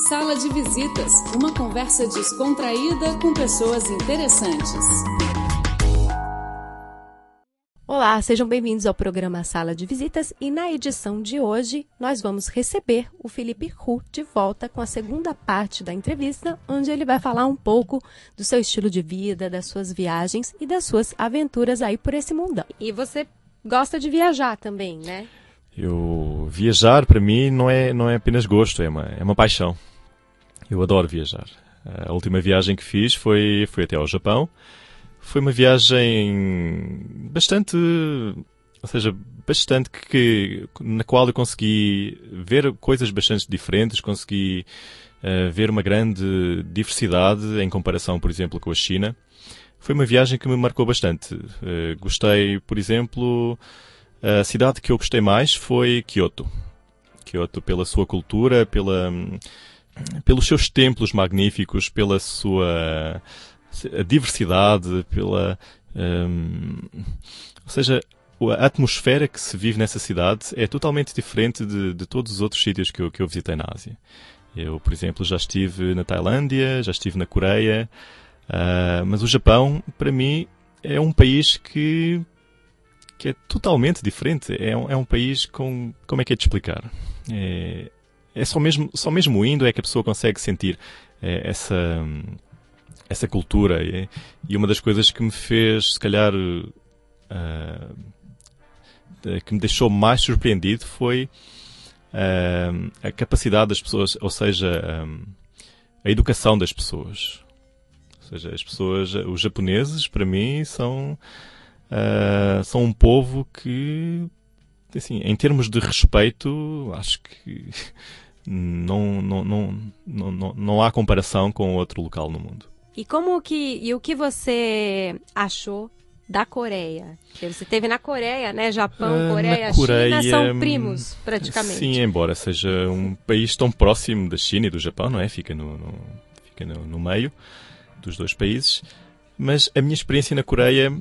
Sala de Visitas, uma conversa descontraída com pessoas interessantes. Olá, sejam bem-vindos ao programa Sala de Visitas e na edição de hoje nós vamos receber o Felipe Hu de volta com a segunda parte da entrevista, onde ele vai falar um pouco do seu estilo de vida, das suas viagens e das suas aventuras aí por esse mundão. E você gosta de viajar também, né? Viajar para mim não é apenas gosto, é uma paixão. Eu adoro viajar. A última viagem que fiz foi até ao Japão. Foi uma viagem bastante na qual eu consegui ver coisas bastante diferentes, consegui ver uma grande diversidade em comparação, por exemplo, com a China. Foi uma viagem que me marcou bastante. Gostei, por exemplo, a cidade que eu gostei mais foi Kyoto. Kyoto pela sua cultura, pelos seus templos magníficos, pela sua diversidade, ou seja, a atmosfera que se vive nessa cidade é totalmente diferente de todos os outros sítios que eu visitei na Ásia. Eu, por exemplo, já estive na Tailândia, já estive na Coreia, mas o Japão, para mim, é um país que é totalmente diferente. É um país como é que é de explicar? É só mesmo indo é que a pessoa consegue sentir essa cultura. E uma das coisas que me fez, se calhar, que me deixou mais surpreendido foi a capacidade das pessoas, ou seja, a educação das pessoas. Ou seja, as pessoas, os japoneses, para mim, são um povo que, assim, em termos de respeito, acho que não há comparação com outro local no mundo. E o que você achou da Coreia? Porque você esteve na Coreia, né? Japão, Coreia, China são primos, praticamente. Sim, embora seja um país tão próximo da China e do Japão, não é? Fica no meio dos dois países. Mas a minha experiência na Coreia,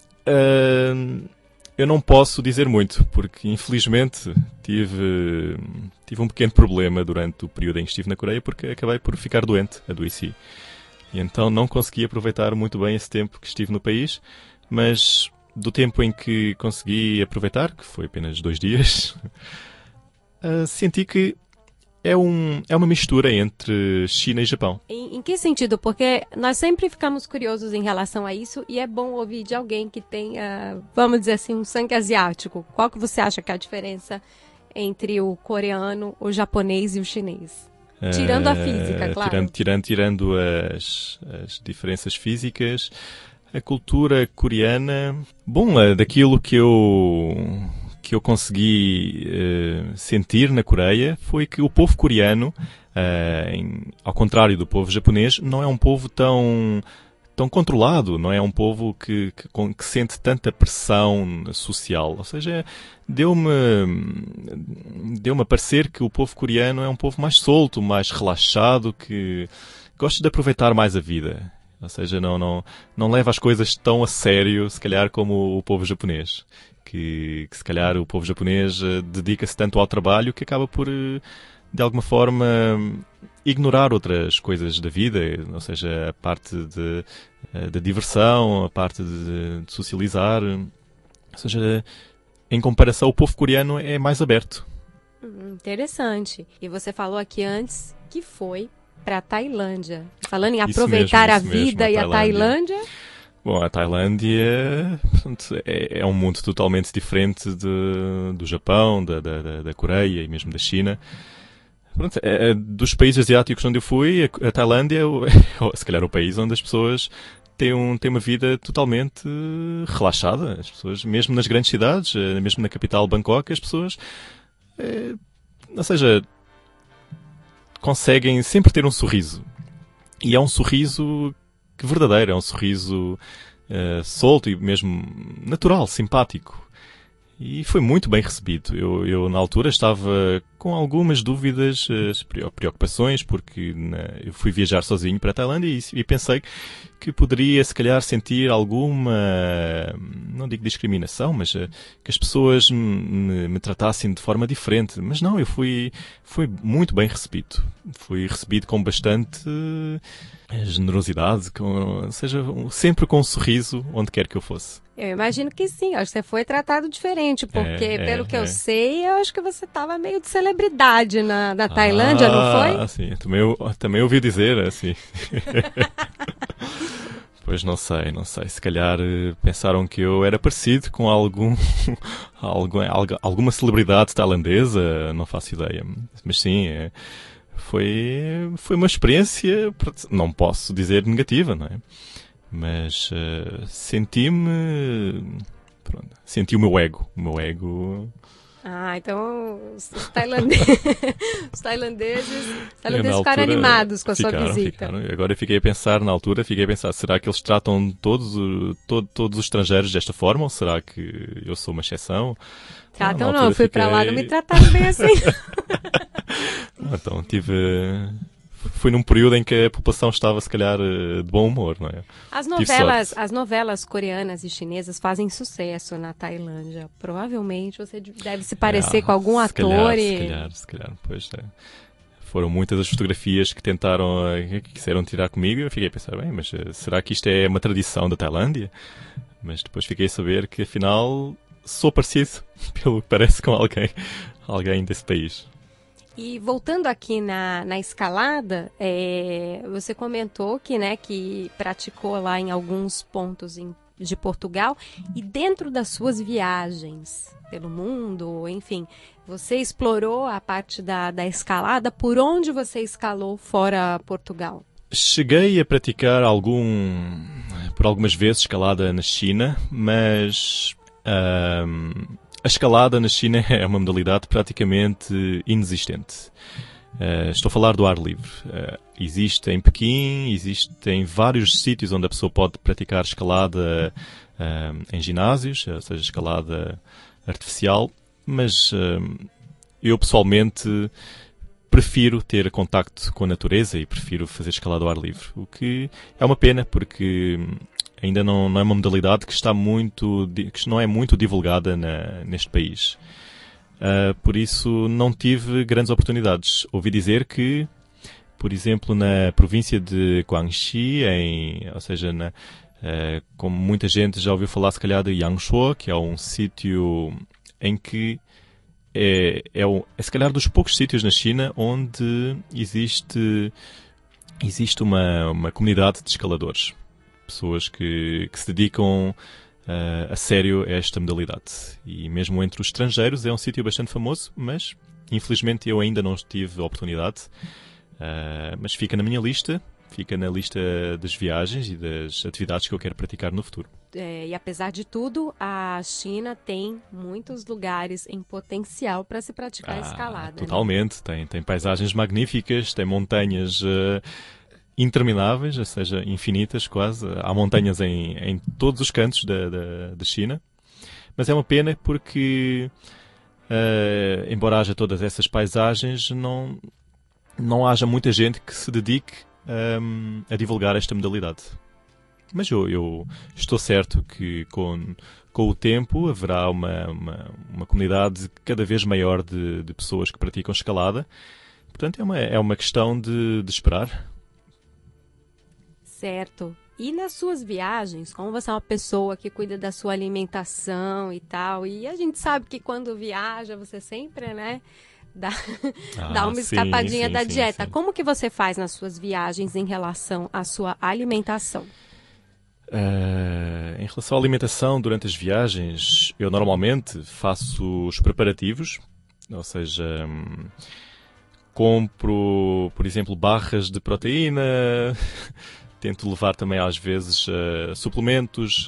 eu não posso dizer muito, porque infelizmente tive um pequeno problema durante o período em que estive na Coreia, porque acabei por ficar doente, adoeci. E então não consegui aproveitar muito bem esse tempo que estive no país, mas do tempo em que consegui aproveitar, que foi apenas 2 dias, senti que é uma mistura entre China e Japão. Em que sentido? Porque nós sempre ficamos curiosos em relação a isso e é bom ouvir de alguém que tenha, vamos dizer assim, um sangue asiático. Qual que você acha que é a diferença entre o coreano, o japonês e o chinês? Tirando a física, claro. Tirando as diferenças físicas, a cultura coreana... Bom, daquilo que eu consegui sentir na Coreia foi que o povo coreano, ao contrário do povo japonês, não é um povo tão controlado, não é um povo que sente tanta pressão social. Ou seja, deu-me a parecer que o povo coreano é um povo mais solto, mais relaxado, que gosta de aproveitar mais a vida. Ou seja, não leva as coisas tão a sério, se calhar, como o povo japonês. Que se calhar o povo japonês dedica-se tanto ao trabalho que acaba por, de alguma forma, ignorar outras coisas da vida, ou seja, a parte da diversão, a parte de socializar. Ou seja, em comparação, o povo coreano é mais aberto. Interessante. E você falou aqui antes que foi para a Tailândia. Falando em aproveitar a vida e a Tailândia... Bom, a Tailândia, portanto, é um mundo totalmente diferente do Japão, da Coreia e mesmo da China. Pronto, dos países asiáticos onde eu fui, a Tailândia é, se calhar, o país onde as pessoas têm uma vida totalmente relaxada. As pessoas, mesmo nas grandes cidades, mesmo na capital Bangkok, as pessoas, ou seja, conseguem sempre ter um sorriso. E é um sorriso verdadeiro, é um sorriso solto e mesmo natural, simpático. E foi muito bem recebido. Eu na altura, estava com algumas dúvidas, preocupações, porque eu fui viajar sozinho para a Tailândia e pensei que poderia, se calhar, sentir alguma, não digo discriminação, mas que as pessoas me tratassem de forma diferente. Mas não, eu fui muito bem recebido. Fui recebido com bastante generosidade, ou seja, sempre com um sorriso onde quer que eu fosse. Eu imagino que sim, acho que você foi tratado diferente, porque pelo que eu sei, eu acho que você estava meio de celebridade na Tailândia, não foi? Sim, também ouvi dizer, assim. Pois não sei, se calhar pensaram que eu era parecido com alguma celebridade tailandesa, não faço ideia, mas sim, foi uma experiência, não posso dizer negativa, não é? Mas senti o meu ego. Então os tailandeses ficaram animados com a sua visita. Agora fiquei a pensar, será que eles tratam todos os estrangeiros desta forma ou será que eu sou uma exceção? Tratam não, eu fui para lá, não me trataram bem assim. Então fui num período em que a população estava, se calhar, de bom humor, não é? As novelas coreanas e chinesas fazem sucesso na Tailândia. Provavelmente você deve se parecer com algum ator. Se calhar, pois é. Foram muitas as fotografias que quiseram tirar comigo e eu fiquei a pensar, bem, mas será que isto é uma tradição da Tailândia? Mas depois fiquei a saber que, afinal, sou parecido, pelo que parece, com alguém desse país. E voltando aqui na escalada, você comentou que praticou lá em alguns pontos de Portugal e dentro das suas viagens pelo mundo, enfim, você explorou a parte da escalada. Por onde você escalou fora Portugal? Cheguei a praticar por algumas vezes escalada na China, mas a escalada na China é uma modalidade praticamente inexistente. Estou a falar do ar livre. Existe em Pequim, existem vários sítios onde a pessoa pode praticar escalada em ginásios, ou seja, escalada artificial, mas eu pessoalmente prefiro ter contacto com a natureza e prefiro fazer escalada ao ar livre, o que é uma pena porque ainda não é uma modalidade que não é muito divulgada neste país. Por isso não tive grandes oportunidades. Ouvi dizer que, por exemplo, na província de Guangxi, ou seja, como muita gente já ouviu falar, se calhar, de Yangshuo, que é um sítio em que é se calhar dos poucos sítios na China onde existe uma comunidade de escaladores. Pessoas que se dedicam a sério a esta modalidade. E mesmo entre os estrangeiros é um sítio bastante famoso, mas infelizmente eu ainda não tive a oportunidade. Mas fica na minha lista, fica na lista das viagens e das atividades que eu quero praticar no futuro. E apesar de tudo, a China tem muitos lugares em potencial para se praticar escalada. Totalmente, né? Tem paisagens magníficas, tem montanhas intermináveis, ou seja, infinitas quase. Há montanhas em todos os cantos da China. Mas é uma pena porque, embora haja todas essas paisagens, não haja muita gente que se dedique a divulgar esta modalidade. Mas eu estou certo que com o tempo haverá uma comunidade cada vez maior de pessoas que praticam escalada. Portanto, é uma questão de esperar. Certo. E nas suas viagens, como você é uma pessoa que cuida da sua alimentação e tal, e a gente sabe que quando viaja você sempre, né, dá uma escapadinha da dieta. Sim. Como que você faz nas suas viagens em relação à sua alimentação? Em relação à alimentação durante as viagens, eu normalmente faço os preparativos, ou seja, compro, por exemplo, barras de proteína, tento levar também às vezes suplementos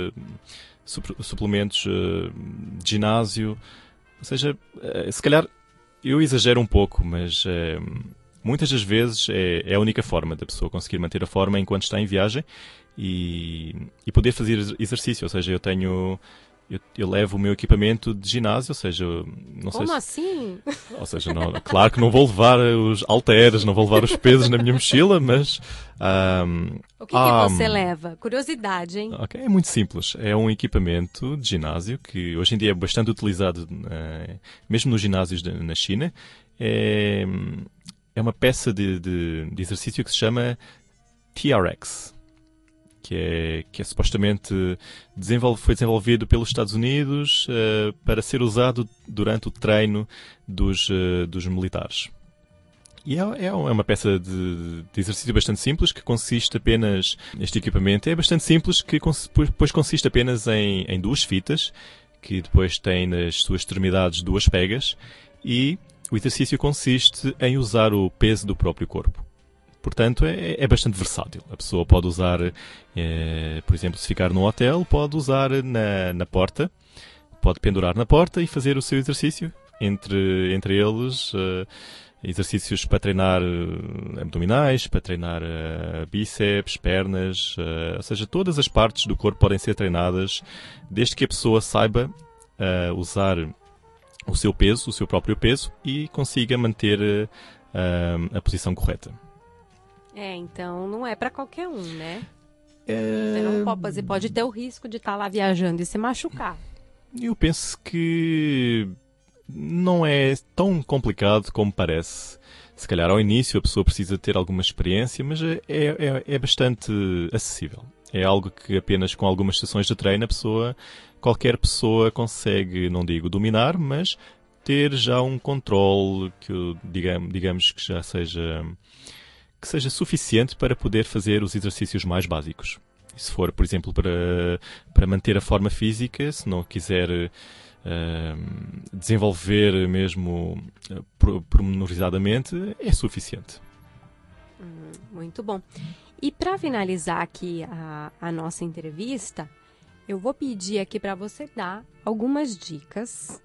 de ginásio, ou seja, se calhar eu exagero um pouco, mas muitas das vezes é a única forma da pessoa conseguir manter a forma enquanto está em viagem e poder fazer exercício. Ou seja, eu tenho eu levo o meu equipamento de ginásio, ou seja, não sei. Como assim? Ou seja, claro que não vou levar os halteres, não vou levar os pesos na minha mochila, mas... O que você leva? Curiosidade, hein? Ok, é muito simples. É um equipamento de ginásio que hoje em dia é bastante utilizado, mesmo nos ginásios na China. É uma peça de exercício que se chama TRX. Que é supostamente foi desenvolvido pelos Estados Unidos para ser usado durante o treino dos militares. E é uma peça de exercício bastante simples, que consiste apenas... Este equipamento é bastante simples, que depois consiste apenas em duas fitas, que depois tem nas suas extremidades duas pegas, e o exercício consiste em usar o peso do próprio corpo. Portanto, é bastante versátil. A pessoa pode usar, por exemplo, se ficar num hotel, pode usar na porta, pode pendurar na porta e fazer o seu exercício. Entre eles, exercícios para treinar abdominais, para treinar bíceps, pernas, ou seja, todas as partes do corpo podem ser treinadas, desde que a pessoa saiba usar o seu peso, o seu próprio peso, e consiga manter a posição correta. Então não é para qualquer um, né? Você pode ter o risco de estar lá viajando e se machucar. Eu penso que não é tão complicado como parece. Se calhar ao início a pessoa precisa ter alguma experiência, mas é bastante acessível. É algo que apenas com algumas sessões de treino qualquer pessoa consegue, não digo dominar, mas ter já um controle que digamos que já seja suficiente para poder fazer os exercícios mais básicos. E se for, por exemplo, para manter a forma física, se não quiser desenvolver mesmo pormenorizadamente, é suficiente. Muito bom. E para finalizar aqui a nossa entrevista, eu vou pedir aqui para você dar algumas dicas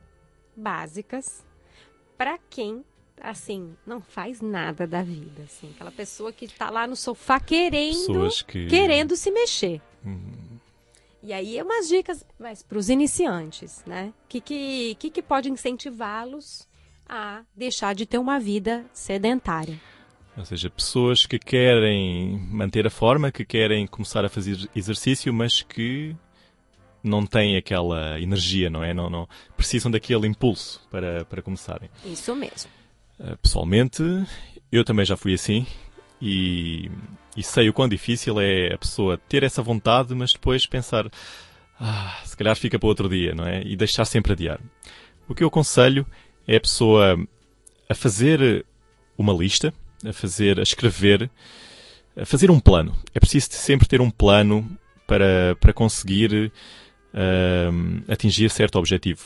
básicas para quem não faz nada da vida, assim, aquela pessoa que está lá no sofá querendo se mexer. E aí, umas dicas para os iniciantes, né? Que pode incentivá-los a deixar de ter uma vida sedentária? Ou seja, pessoas que querem manter a forma, que querem começar a fazer exercício, mas que não têm aquela energia, não é? Não precisam daquele impulso para começarem. Isso mesmo. Pessoalmente, eu também já fui assim e sei o quão difícil é a pessoa ter essa vontade, mas depois pensar, se calhar fica para outro dia, não é? E deixar sempre adiar. O que eu aconselho é a pessoa a fazer uma lista, a escrever, a fazer um plano. É preciso sempre ter um plano para conseguir atingir certo objetivo.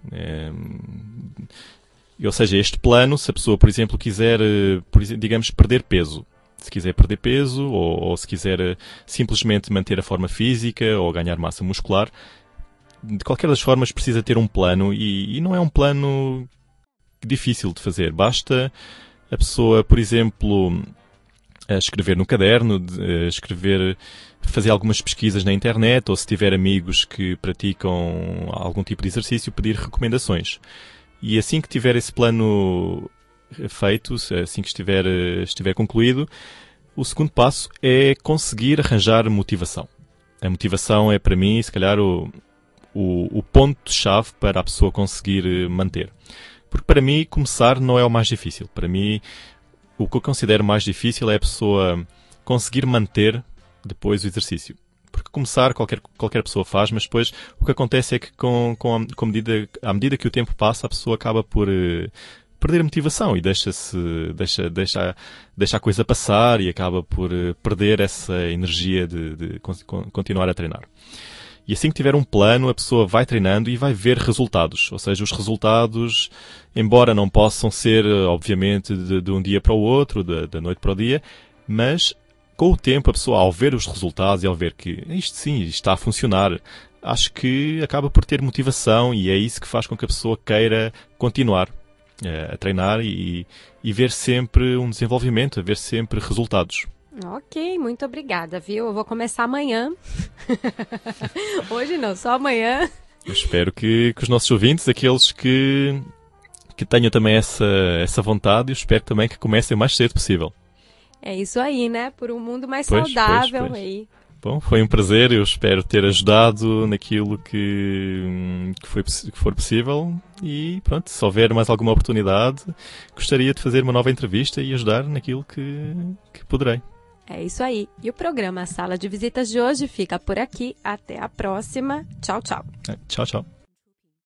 Ou seja, este plano, se a pessoa, por exemplo, quiser, digamos, perder peso, se quiser perder peso ou se quiser simplesmente manter a forma física ou ganhar massa muscular, de qualquer das formas precisa ter um plano e não é um plano difícil de fazer. Basta a pessoa, por exemplo, escrever no caderno, fazer algumas pesquisas na internet ou se tiver amigos que praticam algum tipo de exercício, pedir recomendações. E assim que tiver esse plano feito, assim que estiver concluído, o segundo passo é conseguir arranjar motivação. A motivação é, para mim, se calhar, o ponto-chave para a pessoa conseguir manter. Porque, para mim, começar não é o mais difícil. Para mim, o que eu considero mais difícil é a pessoa conseguir manter depois o exercício. Porque começar qualquer pessoa faz, mas depois o que acontece é que à medida que o tempo passa, a pessoa acaba por perder a motivação e deixa a coisa passar e acaba por perder essa energia de continuar a treinar. E assim que tiver um plano, a pessoa vai treinando e vai ver resultados. Ou seja, os resultados, embora não possam ser, obviamente, de um dia para o outro, da noite para o dia, mas com o tempo, a pessoa, ao ver os resultados e ao ver que isto sim está a funcionar, acho que acaba por ter motivação e é isso que faz com que a pessoa queira continuar a treinar e ver sempre um desenvolvimento, a ver sempre resultados. Ok, muito obrigada, viu? Eu vou começar amanhã. Hoje não, só amanhã. Eu espero que os nossos ouvintes, aqueles que tenham também essa vontade, eu espero também que comecem o mais cedo possível. É isso aí, né? Por um mundo mais saudável aí. Bom, foi um prazer, eu espero ter ajudado naquilo que for possível e pronto, se houver mais alguma oportunidade, gostaria de fazer uma nova entrevista e ajudar naquilo que poderei. É isso aí. E o programa Sala de Visitas de hoje fica por aqui. Até a próxima. Tchau, tchau. Tchau, tchau.